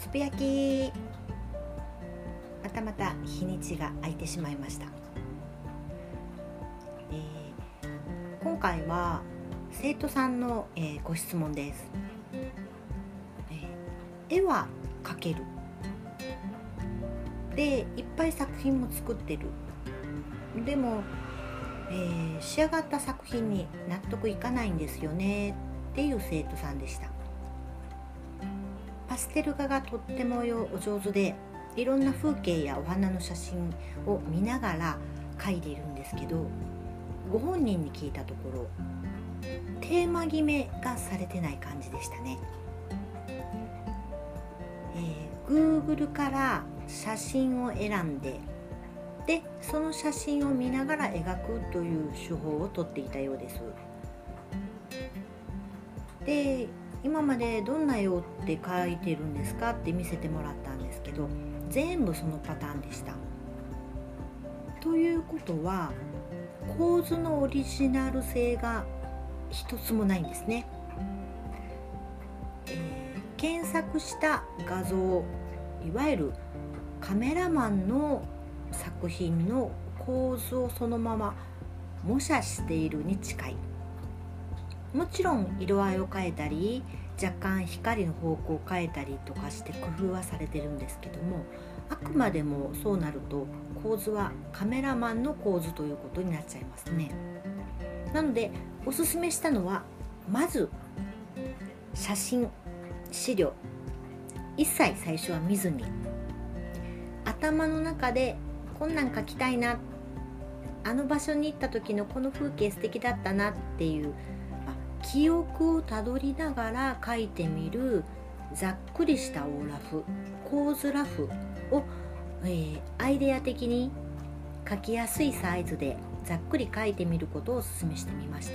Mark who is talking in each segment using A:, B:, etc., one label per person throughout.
A: つぶやき。また日にちが空いてしまいました。今回は生徒さんの、ご質問です。絵は描ける。で、いっぱい作品も作ってる。でも、仕上がった作品に納得いかないんですよねっていう生徒さんでした。パステル画がとってもお上手で、いろんな風景やお花の写真を見ながら描いているんですけど、ご本人に聞いたところテーマ決めがされてない感じでしたね。Google から写真を選んで、その写真を見ながら描くという手法をとっていたようです。で、今までどんな絵をって描いてるんですかって見せてもらったんですけど、全部そのパターンでした。ということは、構図のオリジナル性が一つもないんですね。検索した画像、いわゆるカメラマンの作品の構図をそのまま模写しているに近い。もちろん色合いを変えたり、若干光の方向を変えたりとかして工夫はされてるんですけども、あくまでもそうなると構図はカメラマンの構図ということになっちゃいますね。なのでおすすめしたのは、まず写真、資料一切最初は見ずに、頭の中でこんなん描きたいな、あの場所に行った時のこの風景素敵だったなっていう記憶をたどりながら描いてみるざっくりしたオーラフ、構図ラフを、アイデア的に描きやすいサイズでざっくり描いてみることをお勧めしてみました。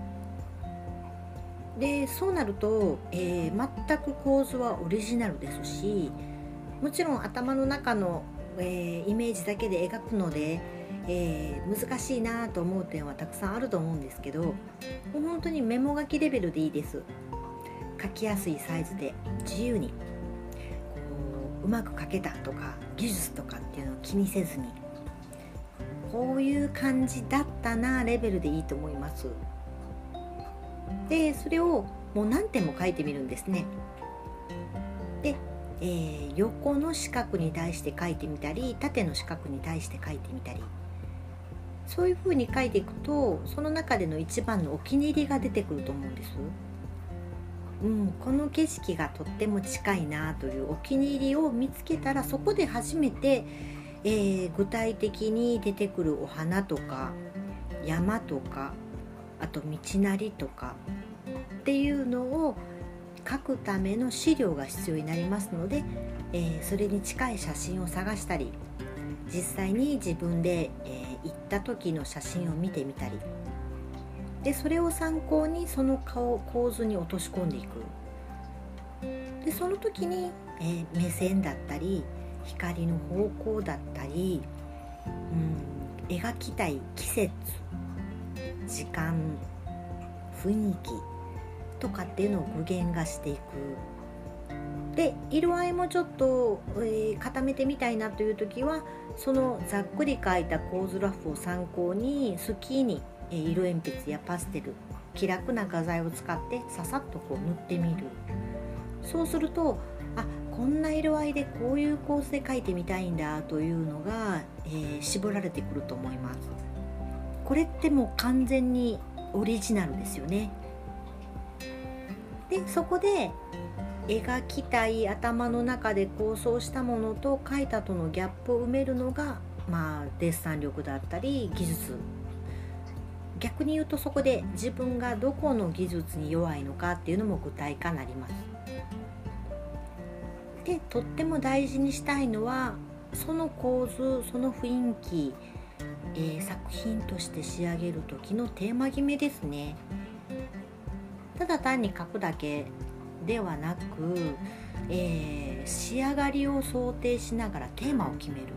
A: で、そうなると、全く構図はオリジナルですし、もちろん頭の中の、イメージだけで描くので、難しいなと思う点はたくさんあると思うんですけど、もう本当にメモ書きレベルでいいです。書きやすいサイズで自由にうまく書けたとか技術とかっていうのを気にせずに、こういう感じだったなレベルでいいと思います。で、それをもう何点も書いてみるんですね。で、横の四角に対して書いてみたり、縦の四角に対して書いてみたり、そういう風に書いていくと、その中での一番のお気に入りが出てくると思うんです。この景色がとっても近いなというお気に入りを見つけたら、そこで初めて、具体的に出てくるお花とか山とか、あと道なりとかっていうのを描くための資料が必要になりますので、それに近い写真を探したり、実際に自分で、行った時の写真を見てみたりで、それを参考にその構図に落とし込んでいく。で、その時に、目線だったり光の方向だったり、描きたい季節、時間、雰囲気とかっていうのを具現化していく。で、色合いもちょっと、固めてみたいなという時は、そのざっくり描いた構図ラフを参考にスキーに色鉛筆やパステル、気楽な画材を使ってささっと塗ってみる。そうすると、こんな色合いでこういう構図で描いてみたいんだというのが、絞られてくると思います。これってもう完全にオリジナルですよね。で、そこで描きたい頭の中で構想したものと描いたとのギャップを埋めるのが、デッサン力だったり技術。逆に言うと、そこで自分がどこの技術に弱いのかっていうのも具体化になります。で、とっても大事にしたいのは、その構図、その雰囲気、作品として仕上げる時のテーマ決めですね。ただ単に描くだけではなく、仕上がりを想定しながらテーマを決める。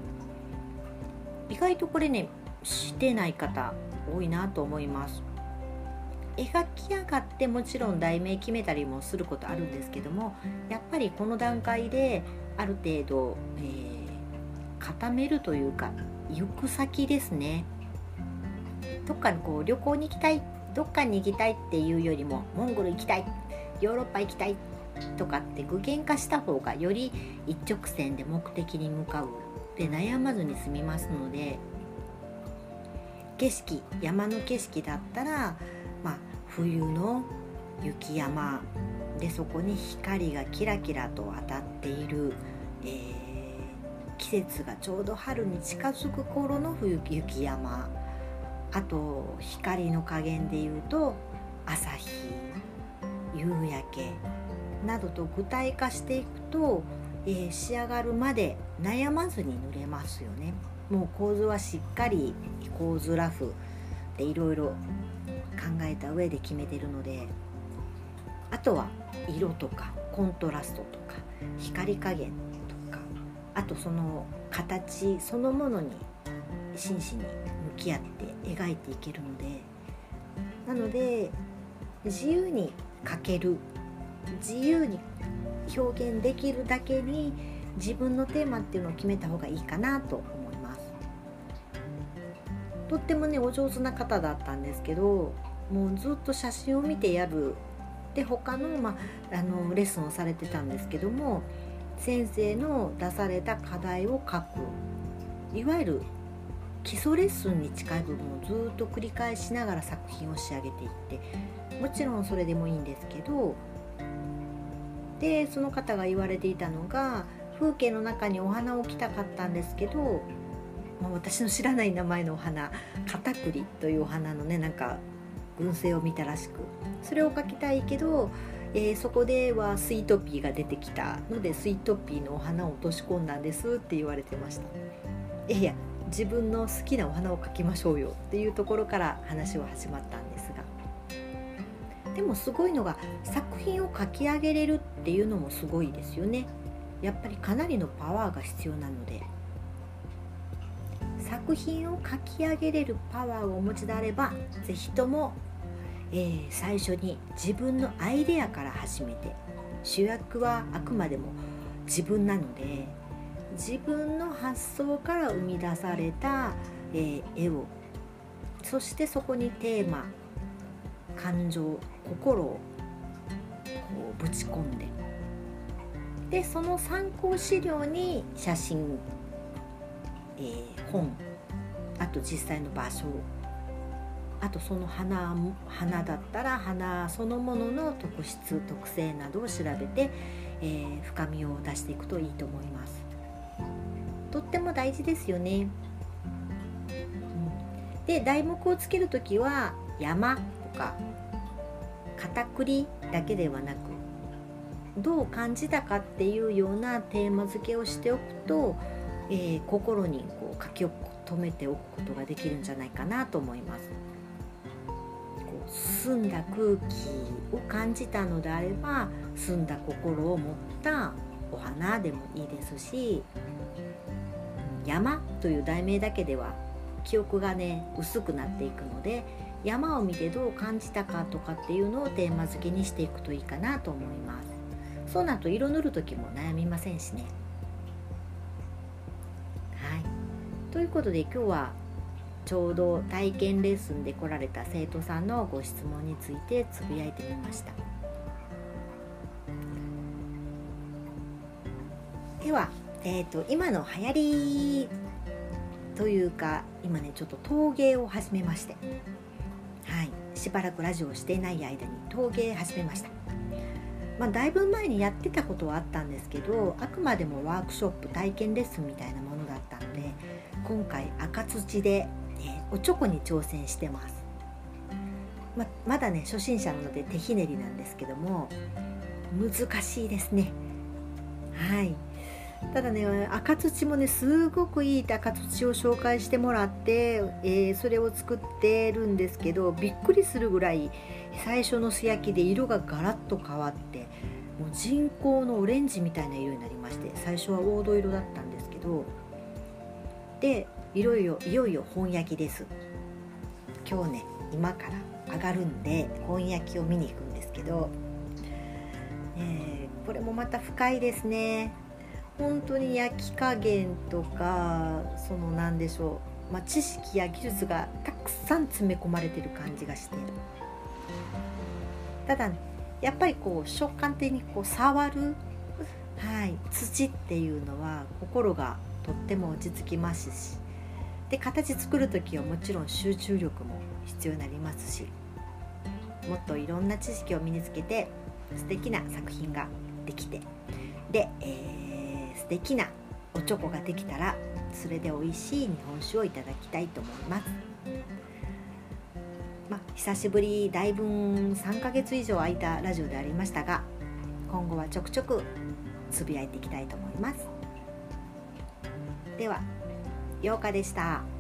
A: 意外とこれね、してない方多いなと思います。 描き上がってもちろん題名決めたりもすることあるんですけども、やっぱりこの段階である程度、固めるというか行く先ですね。どっかにこう旅行に行きたい、どっかに行きたいっていうよりもモンゴル行きたい、ヨーロッパ行きたいとかって具現化した方がより一直線で目的に向かうで悩まずに済みますので、景色、山の景色だったら、冬の雪山でそこに光がキラキラと当たっている、季節がちょうど春に近づく頃の雪山、あと光の加減でいうと朝日、夕焼けなどと具体化していくと、仕上がるまで悩まずに塗れますよね。もう構図はしっかり構図ラフでいろいろ考えた上で決めてるので、あとは色とかコントラストとか光加減とか、あとその形そのものに真摯に向き合って描いていけるので、なので自由に描ける、自由に表現できるだけに自分のテーマっていうのを決めた方がいいかなと思います。とってもねお上手な方だったんですけど、もうずっと写真を見てやるで他の、レッスンをされてたんですけども、先生の出された課題を書く、いわゆる基礎レッスンに近い部分をずっと繰り返しながら作品を仕上げていって、もちろんそれでもいいんですけど、でその方が言われていたのが、風景の中にお花を置きたかったんですけど、私の知らない名前のお花、カタクリというお花のね、なんか群生を見たらしく、それを描きたいけど、そこではスイートピーが出てきたのでスイートピーのお花を落とし込んだんですって言われてました。いや自分の好きなお花を描きましょうよっていうところから話は始まったんですが、でもすごいのが作品を描き上げれるっていうのもすごいですよね。やっぱりかなりのパワーが必要なので、作品を書き上げれるパワーをお持ちであれば、ぜひとも、最初に自分のアイデアから始めて、主役はあくまでも自分なので、自分の発想から生み出された、絵を、そしてそこにテーマ、感情、心をこうぶち込んで、でその参考資料に写真、本、あと実際の場所、あとその花だったら花そのものの特質特性などを調べて、深みを出していくといいと思います。とっても大事ですよね。で題目をつけるときは山とか片栗だけではなく、どう感じたかっていうようなテーマ付けをしておくと、心にこう書き留めておくことができるんじゃないかなと思います。こう澄んだ空気を感じたのであれば、澄んだ心を持ったお花でもいいですし、山という題名だけでは記憶がね薄くなっていくので、山を見てどう感じたかとかっていうのをテーマ付けにしていくといいかなと思います。そうなると色塗る時も悩みませんしね。はい、ということで今日はちょうど体験レッスンで来られた生徒さんのご質問についてつぶやいてみました。では、今の流行りというか、今ねちょっと陶芸を始めまして、はい、しばらくラジオをしていない間に陶芸始めました。だいぶ前にやってたことはあったんですけど、あくまでもワークショップ体験レッスンみたいなものだったので、今回赤土で、おちょこに挑戦してます。まだね初心者なので手ひねりなんですけども、難しいですね。はい、ただね赤土もねすごくいい赤土を紹介してもらって、それを作ってるんですけど、びっくりするぐらい最初の素焼きで色がガラッと変わって、もう人工のオレンジみたいな色になりまして、最初は黄土色だったんですけど、でいよいよ本焼きです。今日ね今から上がるんで本焼きを見に行くんですけど、これもまた深いですね。本当に焼き加減とかなんでしょう、知識や技術がたくさん詰め込まれてる感じがして、ただやっぱり食感的に触る、土っていうのは心がとっても落ち着きますし、で形作る時はもちろん集中力も必要になりますし、もっといろんな知識を身につけて素敵な作品ができて、で、素敵なおチョコができたらそれで美味しい日本酒をいただきたいと思います。久しぶり、だいぶ3ヶ月以上空いたラジオでありましたが、今後はちょくちょくつぶやいていきたいと思います。では、8日でした。